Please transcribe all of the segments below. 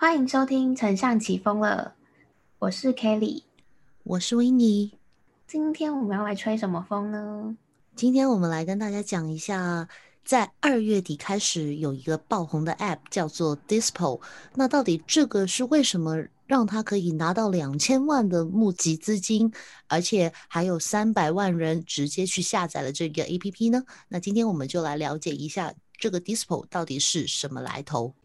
欢迎收听《丞相起风了》，我是 Kelly。 我是维尼。 今天我们要来吹什么风呢？ 今天我们来跟大家讲一下，在2月底开始有一个爆红的 App 叫做 Dispo。那到底这个是为什么让它可以拿到2000万的募集资金，而且还有300万人直接去下载了这个 APP 呢？那今天我们就来了解一下这个 Dispo 到底是什么来头。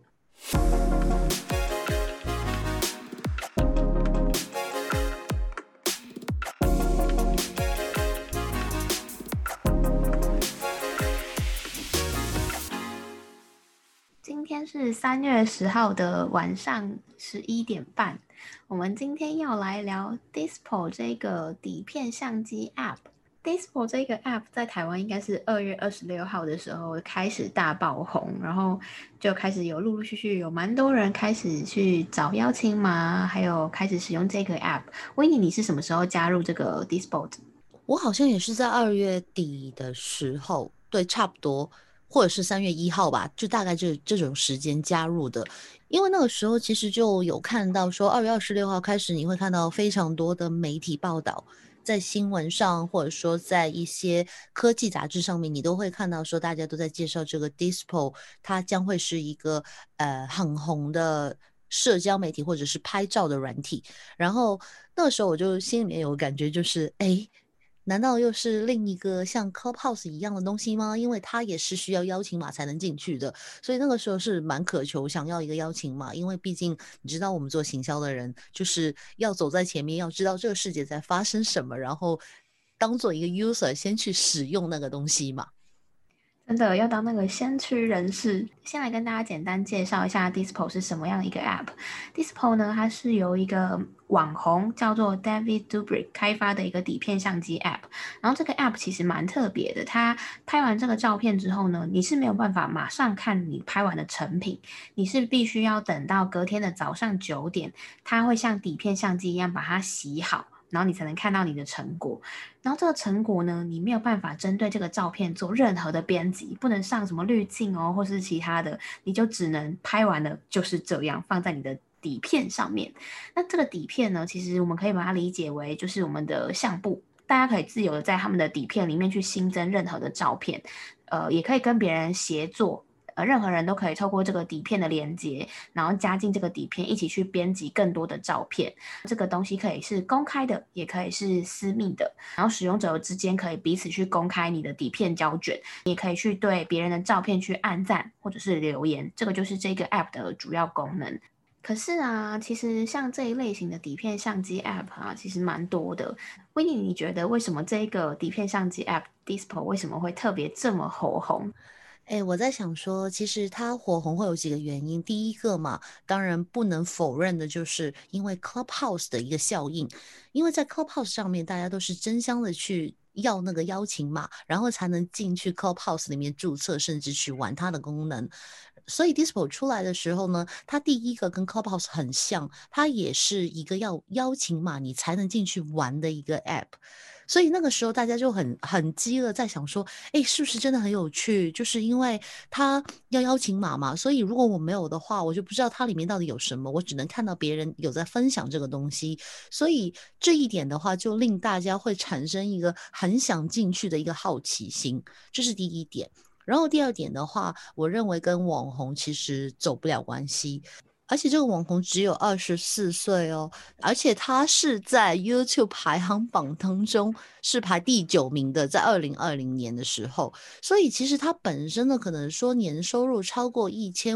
今天是3月10号的晚上11点半，我们今天要来聊 Dispo 这个底片相机 App。Dispo 这个 App 在台湾应该是2月26号的时候开始大爆红，然后就开始有陆陆续续有蛮多人开始去找邀请码，还有开始使用这个 App。维尼，你是什么时候加入这个 Dispo 的？ 我好像也是在2月底的时候，对，差不多，或者是3月1号吧，就大概这种时间加入的。因为那个时候其实就有看到说2月26号开始，你会看到非常多的媒体报道，在新闻上或者说在一些科技杂志上面，你都会看到说大家都在介绍这个 Dispo，它将会是一个很红的社交媒体或者是拍照的软体。然后那个时候我就心里面有感觉，就是难道又是另一个像 Clubhouse 一样的东西吗？因为它也是需要邀请码才能进去的，所以那个时候是蛮渴求想要一个邀请码，因为毕竟你知道我们做行销的人就是要走在前面，要知道这个世界在发生什么，然后当做一个 user 先去使用那个东西嘛。 真的要当那个先驱人士，先来跟大家简单介绍一下 Dispo 是什么样的一个 App。Dispo 呢，它是由一个网红叫做 David Dobrik 开发的一个底片相机 App。然后这个 App 其实蛮特别的，它拍完这个照片之后呢，你是没有办法马上看你拍完的成品，你是必须要等到隔天的早上9点，它会像底片相机一样把它洗好。然后你才能看到你的成果，然后这个成果呢，你没有办法针对这个照片做任何的编辑，不能上什么滤镜哦，或是其他的，你就只能拍完了就是这样放在你的底片上面。那这个底片呢，其实我们可以把它理解为就是我们的相簿，大家可以自由的在他们的底片里面去新增任何的照片，也可以跟别人协作。任何人都可以透过这个底片的连接，然后加进这个底片，一起去编辑更多的照片。这个东西可以是公开的，也可以是私密的，然后使用者之间可以彼此去公开你的底片胶卷，也可以去对别人的照片去按赞或者是留言，这个就是这个 app 的主要功能。可是啊，其实像这一类型的底片相机 app 啊，其实蛮多的。威尼，你觉得为什么这个底片相机 app Dispo 为什么会特别这么火红？ 我在想说，其实它火红会有几个原因。第一个嘛，当然不能否认的就是因为 Clubhouse 的一个效应，因为在 Clubhouse 上面，大家都是争相的去要那个邀请码，然后才能进去 Clubhouse 里面注册，甚至去玩它的功能。所以 Dispo 出来的时候呢，它第一个跟 Clubhouse 很像，它也是一个要邀请码你才能进去玩的一个 App。所以那个时候大家就很激了，在想说，是不是真的很有趣？就是因为他要邀请码嘛，所以如果我没有的话，我就不知道它里面到底有什么，我只能看到别人有在分享这个东西，所以这一点的话，就令大家会产生一个很想进去的一个好奇心，这是第一点。然后第二点的话，我认为跟网红其实走不了关系。而且这个网红只有24岁哦，而且他是在 YouTube 排行榜当中是排第9名的，在2020年的时候，所以其实他本身呢，可能说年收入超过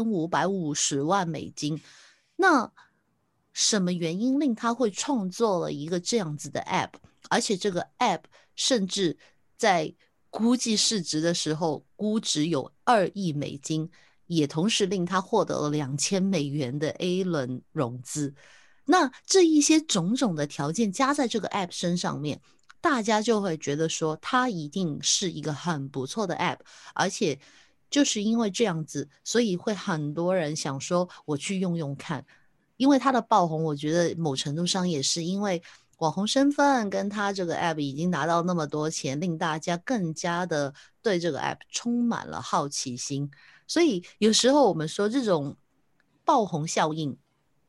1550万美金。那什么原因令他会创作了一个这样子的 App？而且这个 App 甚至在估计市值的时候，估值有2亿美金。也同时令他获得了2000美元的 A 轮融资。那这一些种种的条件加在这个 App 身上面，大家就会觉得说它一定是一个很不错的 App，而且就是因为这样子，所以会很多人想说我去用用看。因为它的爆红，我觉得某程度上也是因为网红身份跟他这个 App 已经拿到那么多钱，令大家更加的对这个 App 充满了好奇心。所以有时候我们说这种爆红效应，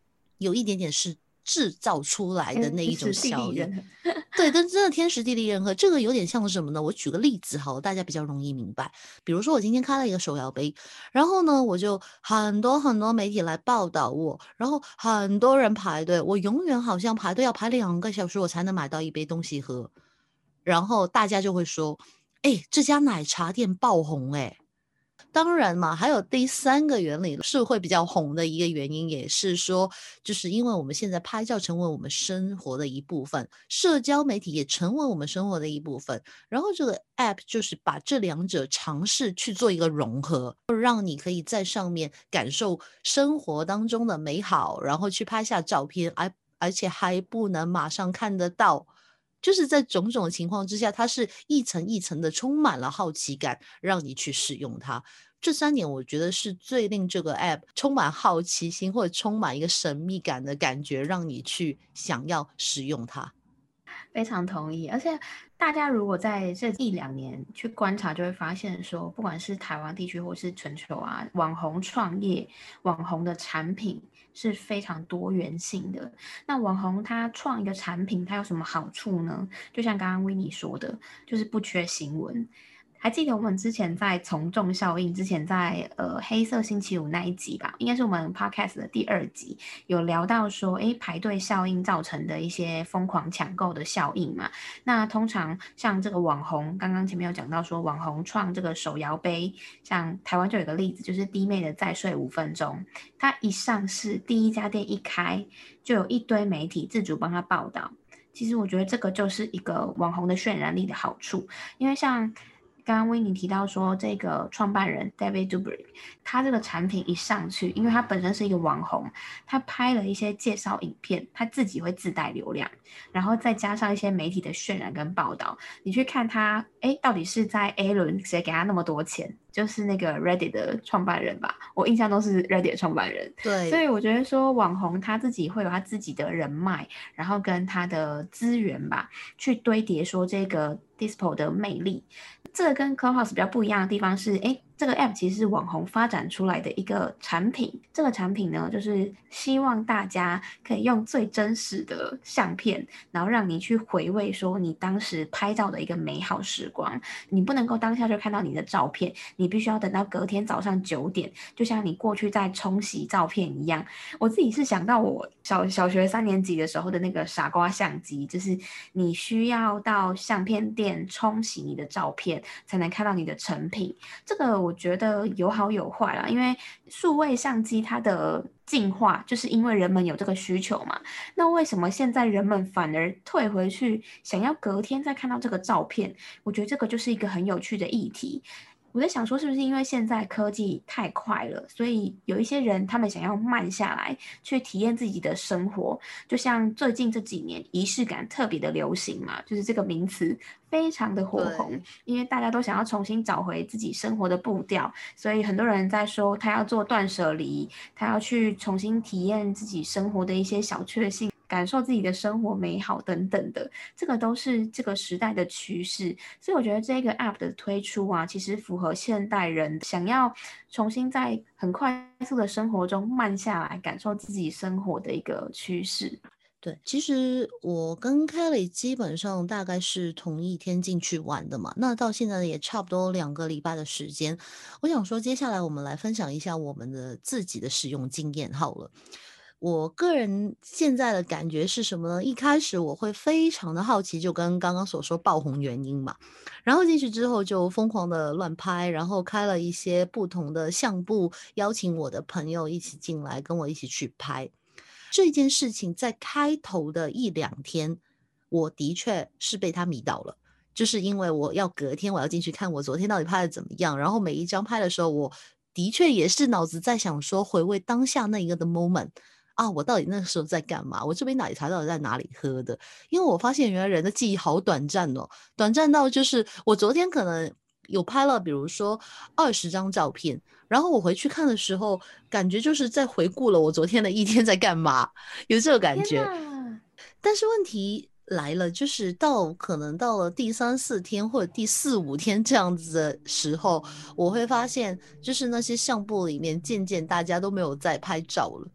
有一点点是制造出来的那一种效应。对，但真的天时地利人和，这个有点像什么呢？我举个例子好了，大家比较容易明白。比如说我今天开了一个手摇杯，然后呢，我就很多很多媒体来报道我，然后很多人排队，我永远好像排队要排2个小时，我才能买到一杯东西喝。然后大家就会说，这家奶茶店爆红当然嘛，还有第三个原理是会比较红的一个原因，也是说，就是因为我们现在拍照成为我们生活的一部分，社交媒体也成为我们生活的一部分。然后这个 app 就是把这两者尝试去做一个融合，让你可以在上面感受生活当中的美好，然后去拍下照片，而且还不能马上看得到。就是在种种情况之下，它是一层一层的充满了好奇感，让你去使用它。这3点我觉得是最令这个 app 充满好奇心或者充满一个神秘感的感觉，让你去想要使用它。 非常同意，而且大家如果在这1-2年去观察，就会发现说，不管是台湾地区或是全球啊，网红创业、网红的产品是非常多元性的。那网红他创一个产品，他有什么好处呢？就像刚刚 Winnie 说的，就是不缺新闻。还记得我们之前在从众效应之前在黑色星期五那一集吧，应该是我们 podcast 的第2集，有聊到说排队效应造成的一些疯狂抢购的效应嘛。那通常像这个网红，刚刚前面有讲到说网红创这个手摇杯，像台湾就有个例子，就是弟妹的再睡5分钟，他一上市第一家店一开，就有一堆媒体自主帮他报道。其实我觉得这个就是一个网红的渲染力的好处，因为像刚刚Winnie提到说，这个创办人 David Dobrik， 他这个产品一上去，因为他本身是一个网红，他拍了一些介绍影片，他自己会自带流量，然后再加上一些媒体的渲染跟报道，你去看他，到底是在 A 轮谁给他那么多钱？就是那个 Reddit 的创办人吧，我印象中是 Reddit 的创办人。 对， 所以我觉得说网红他自己会有他自己的人脉，然后跟他的资源吧，去堆叠说这个 Dispo 的魅力。这个跟 Clubhouse 比较不一样的地方是，这个 app 其实是网红发展出来的一个产品。这个产品呢，就是希望大家可以用最真实的相片，然后让你去回味说你当时拍照的一个美好时光。你不能够当下就看到你的照片，你必须要等到隔天早上9点，就像你过去在冲洗照片一样。我自己是想到我小学3年级的时候的那个傻瓜相机，就是你需要到相片店冲洗你的照片，才能看到你的成品。这个我觉得有好有坏啦，因为数位相机它的进化就是因为人们有这个需求嘛。那为什么现在人们反而退回去想要隔天再看到这个照片？我觉得这个就是一个很有趣的议题。我在想说，是不是因为现在科技太快了，所以有一些人他们想要慢下来，去体验自己的生活。就像最近这几年，仪式感特别的流行嘛，就是这个名词非常的火红，因为大家都想要重新找回自己生活的步调，所以很多人在说他要做断舍离，他要去重新体验自己生活的一些小确幸，感受自己的生活美好等等的，这个都是这个时代的趋势。所以我觉得这个 app 的推出啊，其实符合现代人想要重新在很快速的生活中慢下来，感受自己生活的一个趋势。 对，其实我跟 Kelly 基本上大概是同一天进去玩的嘛，那到现在也差不多2个礼拜的时间。我想说，接下来我们来分享一下我们的自己的使用经验好了。我个人现在的感觉是什么呢？一开始我会非常的好奇，就跟刚刚所说爆红原因嘛，然后进去之后就疯狂的乱拍，然后开了一些不同的相簿，邀请我的朋友一起进来跟我一起去拍。这件事情在开头的1-2天，我的确是被他迷倒了。就是因为我要隔天我要进去看我昨天到底拍的怎么样，然后每一张拍的时候，我的确也是脑子在想说回味当下那一个的 moment。啊，我到底那个时候在干嘛？我这杯奶茶到底在哪里喝的？因为我发现原来人的记忆好短暂哦，短暂到就是我昨天可能有拍了，比如说20张照片，然后我回去看的时候，感觉就是在回顾了我昨天的一天在干嘛，有这个感天觉。 哪！ 但是问题来了，就是可能到了第3、4天或者第4、5天这样子的时候，我会发现，就是那些相簿里面渐渐大家都没有在拍照了。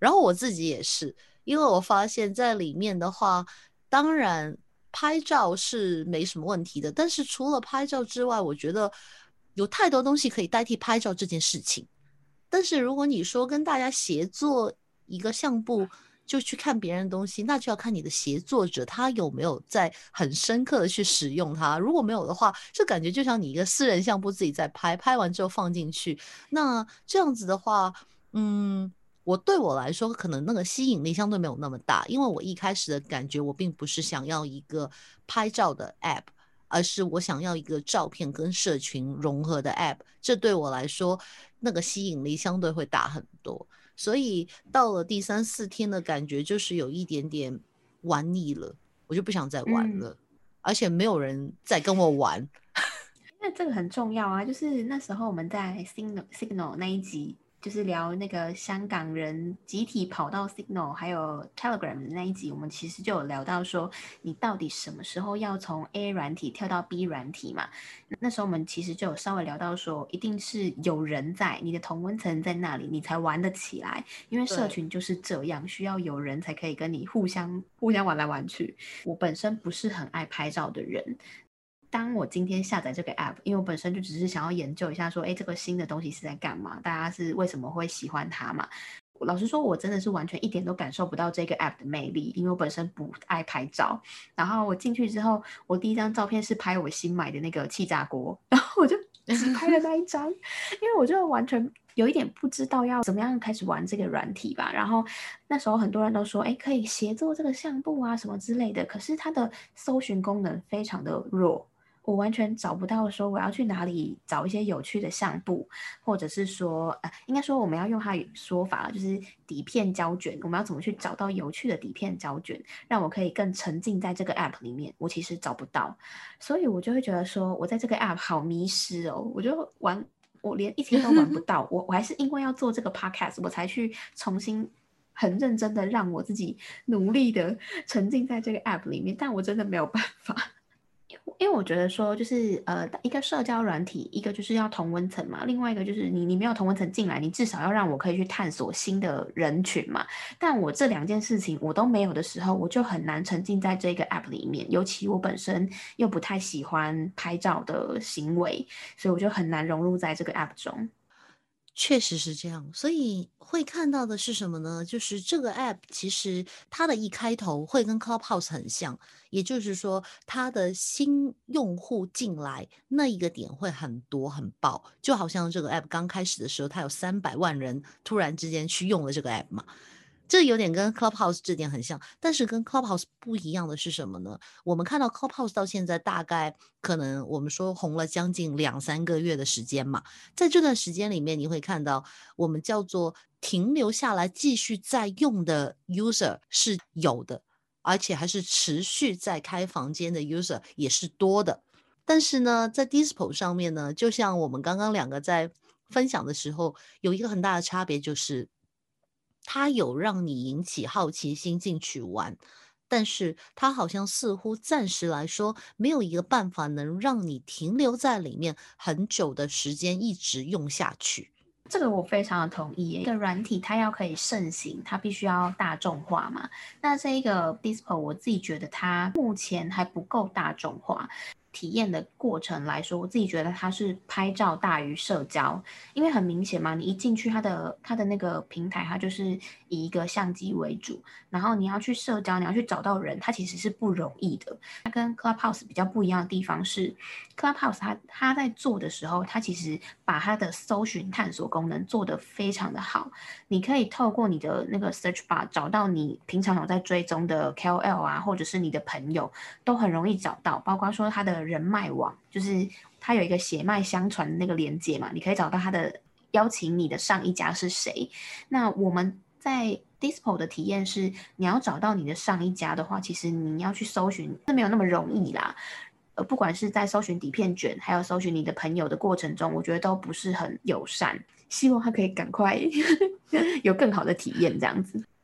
然后我自己也是，因为我发现在里面的话，当然拍照是没什么问题的，但是除了拍照之外，我觉得有太多东西可以代替拍照这件事情。但是如果你说跟大家协作一个相簿，就去看别人的东西，那就要看你的协作者他有没有在很深刻的去使用它。如果没有的话，就感觉就像你一个私人相簿自己在拍，拍完之后放进去。那这样子的话，对我来说，可能那个吸引力相对没有那么大，因为我一开始的感觉，我并不是想要一个拍照的 app，而是我想要一个照片跟社群融合的 app，这对我来说，那个吸引力相对会大很多。所以到了第三四天的感觉，就是有一点点玩腻了，我就不想再玩了，而且没有人再跟我玩。 因为这个很重要啊，就是那时候我们在 Signal 那一集，就是聊那个香港人集体跑到 Signal 还有 Telegram 的那一集，我们其实就有聊到说，你到底什么时候要从 A 软体跳到 B 软体嘛？那时候我们其实就有稍微聊到说，一定是有人在，你的同温层在那里，你才玩得起来，因为社群就是这样，需要有人才可以跟你互相玩来玩去。我本身不是很爱拍照的人。当我今天下载这个 app，因为我本身就只是想要研究一下说，哎，这个新的东西是在干嘛，大家是为什么会喜欢它嘛？老实说，我真的是完全一点都感受不到这个 app 的魅力，因为我本身不爱拍照。然后我进去之后，我第一张照片是拍我新买的那个气炸锅，然后我就只拍了那一张，因为我就完全有一点不知道要怎么样开始玩这个软体吧。然后那时候很多人都说，哎，可以协作这个相簿啊什么之类的，可是它的搜寻功能非常的弱。我完全找不到说我要去哪里找一些有趣的相簿，或者是说，应该说我们要用它说法，就是底片胶卷，我们要怎么去找到有趣的底片胶卷，让我可以更沉浸在这个 app 里面，我其实找不到，所以我就会觉得说我在这个 app 好迷失哦，我连一天都玩不到，我还是因为要做这个 podcast，我才去重新很认真的让我自己努力的沉浸在这个 app 里面，但我真的没有办法。因为我觉得说，就是一个社交软体，一个就是要同温层嘛，另外一个就是你没有同温层进来，你至少要让我可以去探索新的人群嘛。但我这两件事情我都没有的时候，我就很难沉浸在这个 app 里面，尤其我本身又不太喜欢拍照的行为，所以我就很难融入在这个 app 中。 确实是这样，所以会看到的是什么呢？就是这个 app 其实它的一开头会跟 Clubhouse 很像，也就是说，它的新用户进来那一个点会很多很爆，就好像这个 app 刚开始的时候，它有300万人突然之间去用了这个 app 嘛。这有点跟 Clubhouse 这点很像，但是跟 Clubhouse 不一样的是什么呢？我们看到 Clubhouse 到现在大概可能我们说红了将近2、3个月的时间嘛，在这段时间里面，你会看到我们叫做停留下来继续在用的 user 是有的，而且还是持续在开房间的 user 也是多的。但是呢，在 Dispo 上面呢，就像我们刚刚两个在分享的时候，有一个很大的差别就是，它有让你引起好奇心进去玩，但是它好像似乎暂时来说，没有一个办法能让你停留在里面很久的时间一直用下去。 这个我非常的同意耶。一个软体它要可以盛行，它必须要大众化嘛。那这一个 Dispo，我自己觉得它目前还不够大众化。体验的过程来说，我自己觉得它是拍照大于社交，因为很明显嘛，你一进去它的那个平台，它就是以一个相机为主，然后你要去社交，你要去找到人，它其实是不容易的。它跟 Clubhouse 比较不一样的地方是，Clubhouse 它在做的时候，它其实把它的搜寻探索功能做得非常的好。你可以透过你的那个 search bar 找到你平常有在追踪的 KOL 啊，或者是你的朋友，都很容易找到。包括说他的人脉网，就是他有一个血脉相传的那个连接嘛，你可以找到他的邀请你的上一家是谁。那我们在 Dispo 的体验是，你要找到你的上一家的话，其实你要去搜寻是没有那么容易啦。不管是在搜寻底片卷，还有搜寻你的朋友的过程中，我觉得都不是很友善。希望他可以赶快有更好的体验，这样子。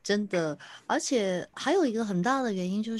真的，而且还有一个很大的原因就是，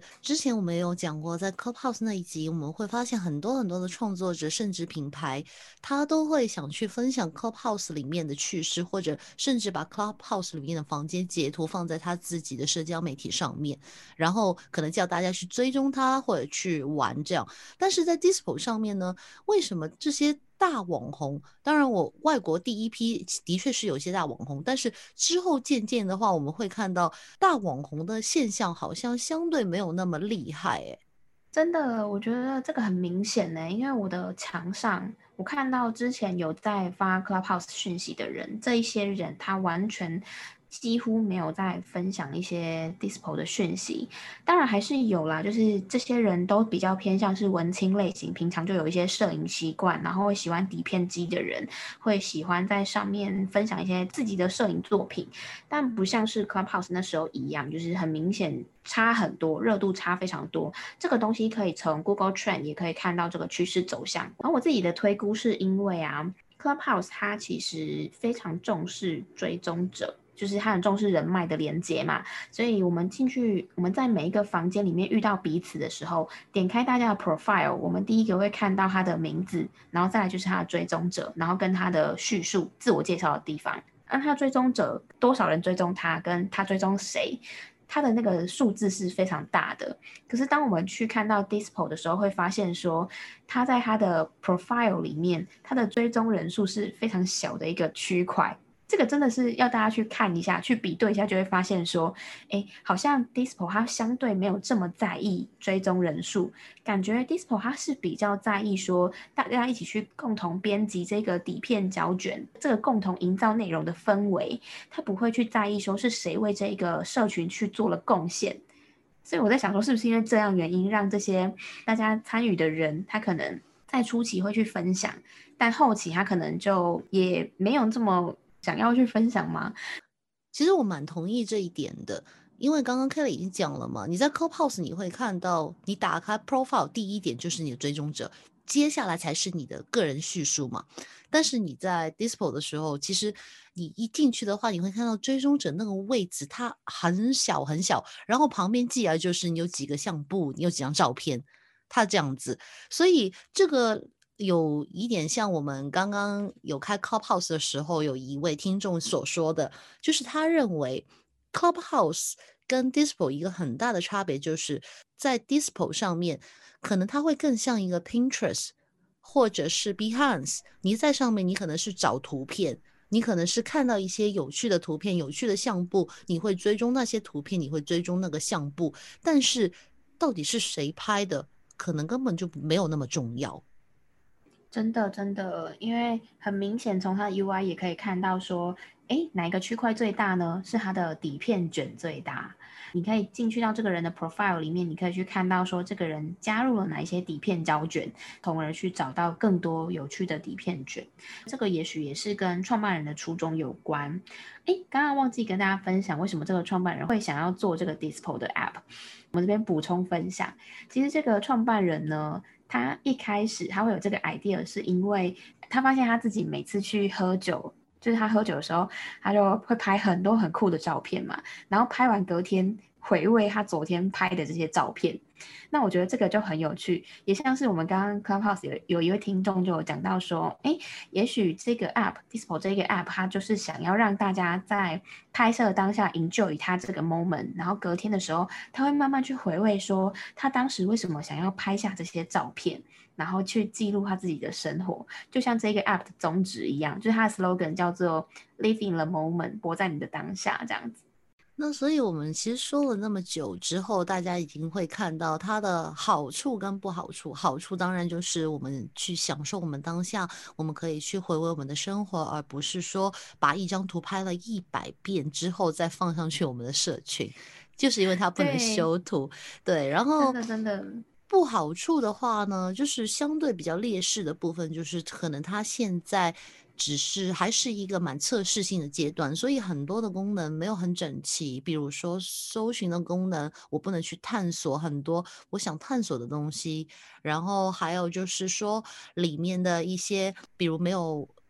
之前我们也有讲过，在 Clubhouse 那一集，我们会发现很多很多的创作者，甚至品牌，他都会想去分享 Clubhouse 里面的趣事，或者甚至把 Clubhouse 里面的房间截图放在他自己的社交媒体上面，然后可能叫大家去追踪他或者去玩这样。但是在 Dispo 上面呢，为什么这些大网红？当然，我外国第一批的确是有一些大网红，但是之后渐渐的话，我们会看到大网红的现象好像相对没有那么厉害，诶。 真的，我觉得这个很明显呢，因为我的墙上，我看到之前有在发 Clubhouse 讯息的人，这一些人他完全几乎没有在分享一些 Dispo 的讯息，当然还是有啦，就是这些人都比较偏向是文青类型，平常就有一些摄影习惯，然后会喜欢底片机的人，会喜欢在上面分享一些自己的摄影作品。但不像是 Clubhouse 那时候一样，就是很明显差很多，热度差非常多。这个东西可以从 Google Trend 也可以看到这个趋势走向。然后我自己的推估是因为啊，Clubhouse 它其实非常重视追踪者。就是他很重视人脉的连接嘛，所以我们进去，我们在每一个房间里面遇到彼此的时候，点开大家的 profile，我们第一个会看到他的名字，然后再来就是他的追踪者，然后跟他的叙述、自我介绍的地方。那他追踪者多少人追踪他，跟他追踪谁，他的那个数字是非常大的。可是当我们去看到 Dispo 的时候，会发现说，他在他的 profile 里面，他的追踪人数是非常小的一个区块。这个真的是要大家去看一下，去比对一下，就会发现说，哎，好像 Dispo 它相对没有这么在意追踪人数，感觉 Dispo 它是比较在意说大家一起去共同编辑这个底片胶卷，这个共同营造内容的氛围，他不会去在意说是谁为这个社群去做了贡献。所以我在想说，是不是因为这样原因，让这些大家参与的人，他可能在初期会去分享，但后期他可能就也没有这么想要去分享吗？ 其实我蛮同意这一点的，因为刚刚 Kelly 已经讲了嘛，你在 Clubhouse 你会看到，你打开 profile 第一点就是你的追踪者，接下来才是你的个人叙述嘛。但是你在 Dispo 的时候，其实你一进去的话，你会看到追踪者那个位置它很小很小，然后旁边寄来就是你有几个相簿，你有几张照片，它这样子，所以这个。有一点像我们刚刚有开 Clubhouse 的时候，有一位听众所说的，就是他认为 Clubhouse 跟 Dispo 一个很大的差别，就是在 Dispo 上面，可能它会更像一个 Pinterest 或者是 Behance。你在上面，你可能是找图片，你可能是看到一些有趣的图片、有趣的相簿，你会追踪那些图片，你会追踪那个相簿。但是到底是谁拍的，可能根本就没有那么重要。 真的真的，因为很明显从它的 UI 也可以看到说，诶，哪一个区块最大呢？是它的底片卷最大。你可以进去到这个人的 profile 里面，你可以去看到说这个人加入了哪一些底片胶卷，从而去找到更多有趣的底片卷。这个也许也是跟创办人的初衷有关。诶，刚刚忘记跟大家分享，为什么这个创办人会想要做这个 Dispo 的 app。我们这边补充分享，其实这个创办人呢，他一开始他会有这个 idea，是因为他发现他自己每次去喝酒，就是他喝酒的时候，他就会拍很多很酷的照片嘛，然后拍完隔天回味他昨天拍的这些照片。那我觉得这个就很有趣，也像是我们刚刚 Clubhouse 有一位听众就有讲到说，哎，也许这个 app Dispo 这个 app 它就是想要让大家在拍摄当下 enjoy 它这个 moment，然后隔天的时候，他会慢慢去回味说他当时为什么想要拍下这些照片。然后去记录他自己的生活，就像这个 app 的宗旨一样，就是它的 slogan 叫做 "Live in the moment"，活在你的当下，这样子。 那所以，我们其实说了那么久之后，大家已经会看到它的好处跟不好处。好处当然就是我们去享受我们当下，我们可以去回味我们的生活，而不是说把一张图拍了100遍之后再放上去我们的社群，就是因为它不能对， 修图。对，然后真的真的。 不好处的话呢，就是相对比较劣势的部分，就是可能它现在只是还是一个蛮测试性的阶段，所以很多的功能没有很整齐。比如说搜寻的功能，我不能去探索很多我想探索的东西。然后还有就是说里面的一些，比如没有。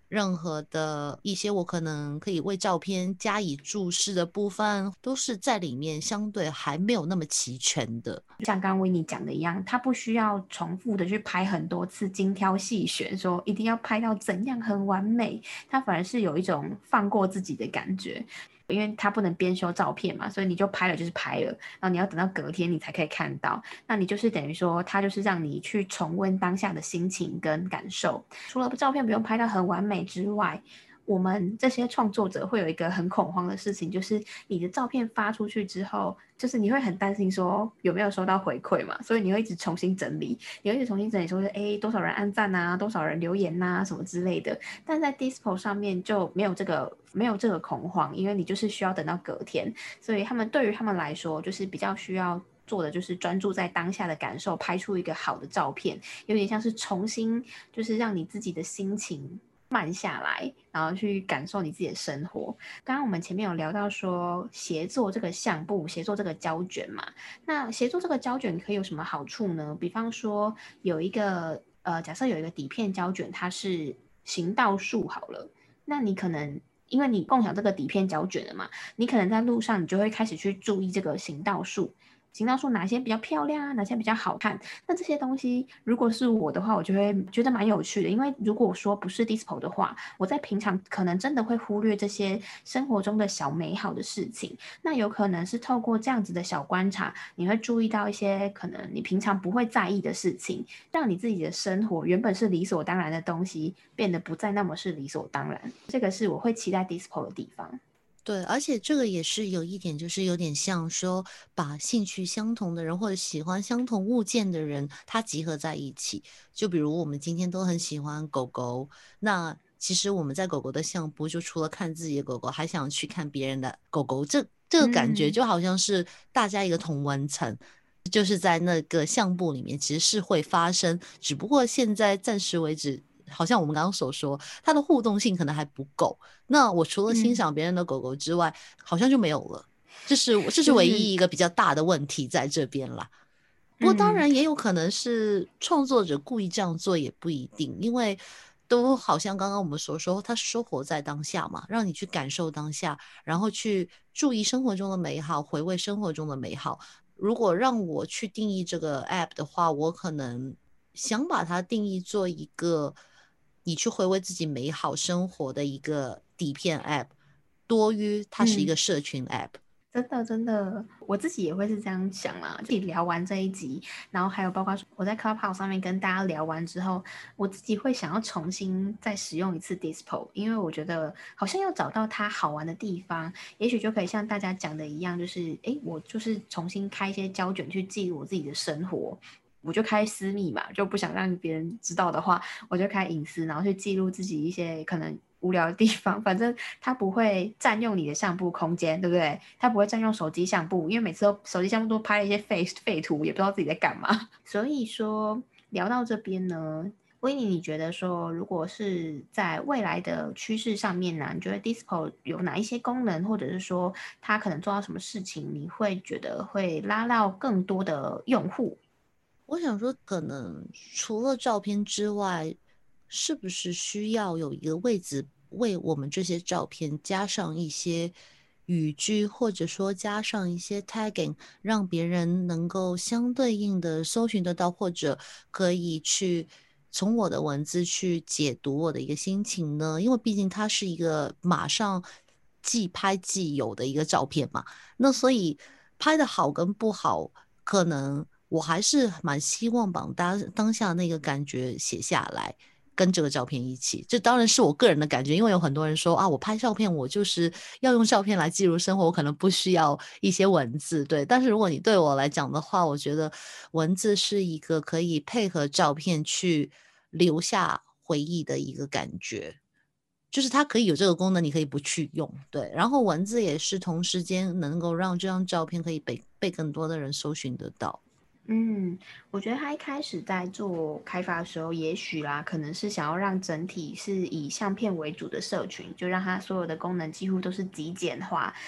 任何的一些我可能可以为照片加以注释的部分，都是在里面相对还没有那么齐全的。 像刚刚维尼讲的一样，他不需要重复的去拍很多次，精挑细选，说一定要拍到怎样很完美，他反而是有一种放过自己的感觉。因为他不能编修照片嘛，所以你就拍了就是拍了，然后你要等到隔天你才可以看到。那你就是等于说，他就是让你去重温当下的心情跟感受。除了照片不用拍到很完美之外，我们这些创作者会有一个很恐慌的事情，就是你的照片发出去之后，就是你会很担心说有没有收到回馈嘛，所以你会一直重新整理，你会一直重新整理说，多少人按赞啊，多少人留言啊，什么之类的。但在 Dispo 上面就没有这个恐慌，因为你就是需要等到隔天，所以对于他们来说，就是比较需要做的就是专注在当下的感受，拍出一个好的照片，有点像是重新就是让你自己的心情慢下来，然后去感受你自己的生活。刚刚我们前面有聊到说协作这个相簿，协作这个胶卷嘛，那协作这个胶卷可以有什么好处呢？比方说有一个假设有一个底片胶卷，它是行道树好了，那你可能因为你共享这个底片胶卷了嘛，你可能在路上你就会开始去注意这个行道树。行道树哪些比较漂亮啊？哪些比较好看？那这些东西，如果是我的话，我就会觉得蛮有趣的。因为如果说不是 Dispo 的话，我在平常可能真的会忽略这些生活中的小美好的事情。那有可能是透过这样子的小观察，你会注意到一些可能你平常不会在意的事情，让你自己的生活原本是理所当然的东西，变得不再那么是理所当然。这个是我会期待 Dispo 的地方。 对，而且这个也是有一点，就是有点像说，把兴趣相同的人或者喜欢相同物件的人，他集合在一起。就比如我们今天都很喜欢狗狗，那其实我们在狗狗的相簿，就除了看自己的狗狗，还想去看别人的狗狗，这个感觉嗯就好像是大家一个同温层。就是在那个相簿里面，其实是会发生，只不过现在暂时为止，好像我们刚刚所说，它的互动性可能还不够。那我除了欣嗯， 赏别人的狗狗之外，好像就没有了。这是就是唯一一个比较大的问题在这边啦。不过当嗯然也有可能是创作者故意这样做，也不一定，因为都好像刚刚我们所说，他说活在当下嘛，让你去感受当下，然后去注意生活中的美好，回味生活中的美好。如果让我去定义这个 app 的话，我可能想把它定义做一个你去回味自己美好生活的一个底片 app，多于它是一嗯。 个社群 app。 真的，真的，我自己也会是这样想啦。自己聊完这一集，然后还有包括说我在 Clubhouse 上面跟大家聊完之后，我自己会想要重新再使用一次 Dispo，因为我觉得好像要找到它好玩的地方，也许就可以像大家讲的一样，就是我就是重新开一些胶卷去记录我自己的生活。我就开私密嘛，就不想让别人知道的话，我就开隐私，然后去记录自己一些可能无聊的地方。反正它不会占用你的相簿空间，对不对？它不会占用手机相簿，因为每次手机相簿都拍了一些废图，也不知道自己在干嘛。所以说聊到这边呢，威尼，你觉得说，如果是在未来的趋势上面呢，你觉得 Dispo 有哪一些功能，或者是说它可能做到什么事情，你会觉得会拉到更多的用户？ 我想说，可能除了照片之外，是不是需要有一个位置为我们这些照片加上一些语句，或者说加上一些 tagging，让别人能够相对应的搜寻得到，或者可以去从我的文字去解读我的一个心情呢？因为毕竟它是一个马上即拍即有的一个照片嘛。那所以拍的好跟不好，可能我还是蛮希望把当下那个感觉写下来，跟这个照片一起。这当然是我个人的感觉，因为有很多人说啊，我拍照片我就是要用照片来记录生活，我可能不需要一些文字，对。但是如果你对我来讲的话，我觉得文字是一个可以配合照片去留下回忆的一个感觉。就是它可以有这个功能，你可以不去用，对。然后文字也是同时间能够让这张照片可以被更多的人搜寻得到。 嗯，我觉得他一开始在做开发的时候，也许啦，可能是想要让整体是以相片为主的社群，就让它所有的功能几乎都是极简化，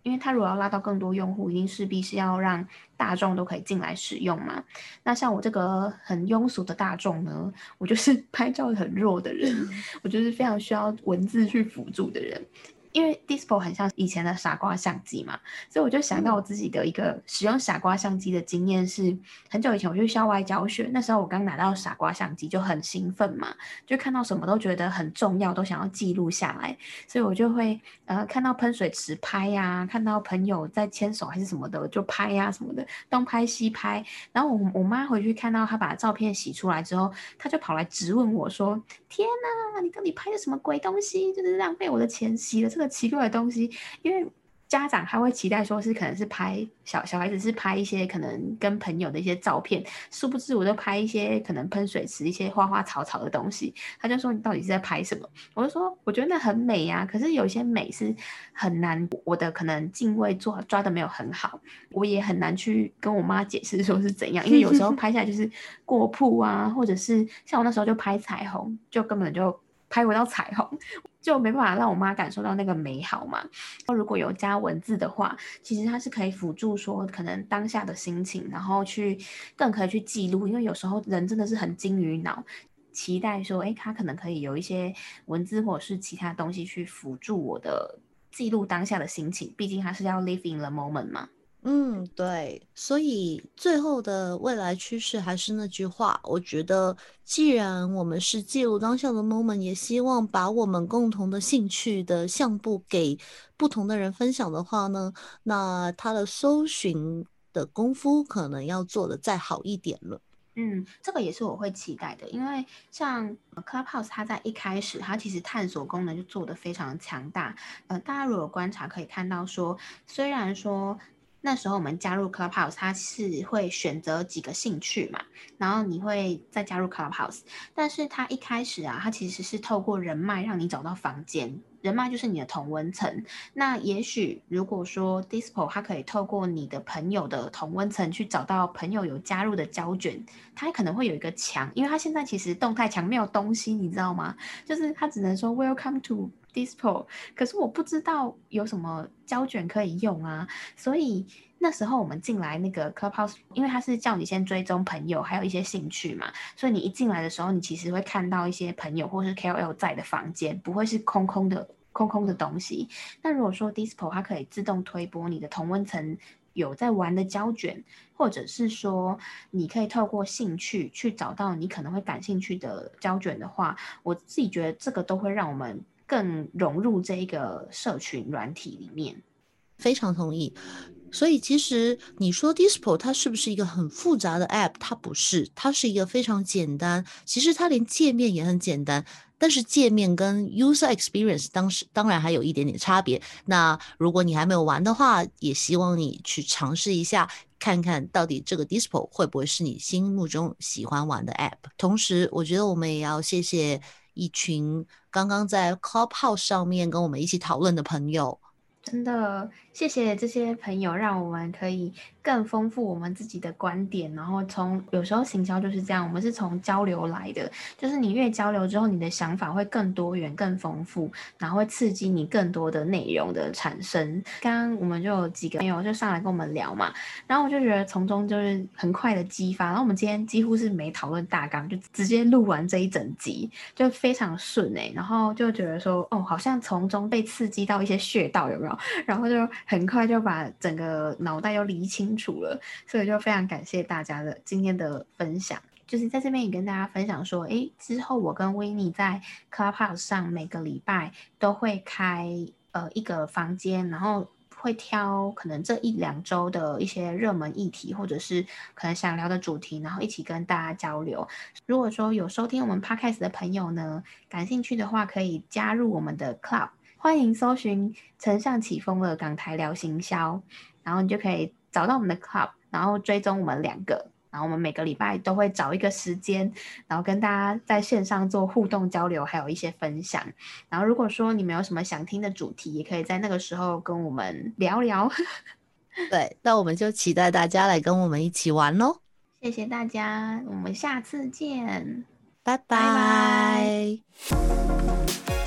因为它如果要拉到更多用户，一定势必是要让大众都可以进来使用嘛。那像我这个很庸俗的大众呢，我就是拍照很弱的人，我就是非常需要文字去辅助的人。因为 Dispo 很像以前的傻瓜相机嘛，所以我就想到我自己的一个使用傻瓜相机的经验是，很久以前我去校外教学，那时候我刚拿到傻瓜相机就很兴奋嘛，就看到什么都觉得很重要，都想要记录下来，所以我就会看到喷水池拍呀，看到朋友在牵手还是什么的就拍呀什么的，东拍西拍。然后我妈回去看到她把照片洗出来之后，她就跑来质问我说：“天哪，你到底拍的什么鬼东西？就是浪费我的钱，洗了这个奇怪的东西。”因为家长他会期待说是可能是拍小孩子是拍一些可能跟朋友的一些照片，殊不知我都拍一些可能喷水池一些花花草草的东西。他就说你到底是在拍什么？我就说我觉得那很美啊，可是有些美是很难，我的可能镜位抓的没有很好，我也很难去跟我妈解释说是怎样，因为有时候拍下来就是过曝啊，或者是像我那时候就拍彩虹，就根本就拍不到彩虹，就没办法让我妈感受到那个美好嘛。如果有加文字的话，其实它是可以辅助说可能当下的心情，然后更可以去记录，因为有时候人真的是很精于脑，期待说他可能可以有一些文字或者是其他东西去辅助我的记录当下的心情，毕竟它是要 live in the moment 嘛。 对，所以最后的未来趋势还是那句话，我觉得既然我们是记录当下的 moment，也希望把我们共同的兴趣的相簿给不同的人分享的话呢，那它的搜寻的功夫可能要做的再好一点了。 这个也是我会期待的，因为像Clubhouse，它在一开始，它其实探索功能就做得非常强大。大家如果观察可以看到说，虽然说那时候我们加入 Clubhouse，它是会选择几个兴趣嘛，然后你会再加入 Clubhouse，但是它一开始啊，它其实是透过人脉让你找到房间。人脉就是你的同温层，那也许如果说 Dispo 它可以透过你的朋友的同温层去找到朋友有加入的胶卷，它可能会有一个墙，因为它现在其实动态墙没有东西，你知道吗？就是它只能说 Welcome to Dispo， 可是我不知道有什么胶卷可以用啊，所以那时候我们进来那个 Clubhouse，因为它是叫你先追踪朋友，还有一些兴趣嘛，所以你一进来的时候，你其实会看到一些朋友或是 KOL 在的房间，不会是空空的东西。那如果说 Dispo 它可以自动推播你的同温层有在玩的胶卷，或者是说你可以透过兴趣去找到你可能会感兴趣的胶卷的话，我自己觉得这个都会让我们更融入这一个社群软体里面。 非常同意。所以其实你说 Dispo 它是不是一个很复杂的 App？它不是，它是一个非常简单。其实它连界面也很简单，但是界面跟 User Experience 当然还有一点点差别。那如果你还没有玩的话，也希望你去尝试一下，看看到底这个 Dispo 会不会是你心目中喜欢玩的 App。同时，我觉得我们也要谢谢一群刚刚在 Clubhouse 上面跟我们一起讨论的朋友。 真的，谢谢这些朋友，让我们可以更丰富我们自己的观点。然后有时候行销就是这样，我们是从交流来的，就是你越交流之后，你的想法会更多元、更丰富，然后会刺激你更多的内容的产生。刚刚我们就有几个朋友就上来跟我们聊嘛，然后我就觉得从中就是很快的激发。然后我们今天几乎是没讨论大纲，就直接录完这一整集，就非常顺然后就觉得说，哦，好像从中被刺激到一些穴道，有没有？然后就很快就把整个脑袋又理清楚了，所以就非常感谢大家的今天的分享。就是在这边也跟大家分享说，之后我跟维尼在 Clubhouse 上每个礼拜都会开一个房间，然后会挑可能这1-2周的一些热门议题，或者是可能想聊的主题，然后一起跟大家交流。如果说有收听我们 Podcast 的朋友呢，感兴趣的话，可以加入我们的 Club。欢迎搜寻承上启风的港台聊行销，然后你就可以找到我们的 club， 然后追踪我们2个，然后我们每个礼拜都会找一个时间，然后跟大家在线上做互动交流，还有一些分享。然后如果说你们有什么想听的主题，也可以在那个时候跟我们聊聊。 对，那我们就期待大家来跟我们一起玩咯。 谢谢大家，我们下次见， 拜拜拜。 拜。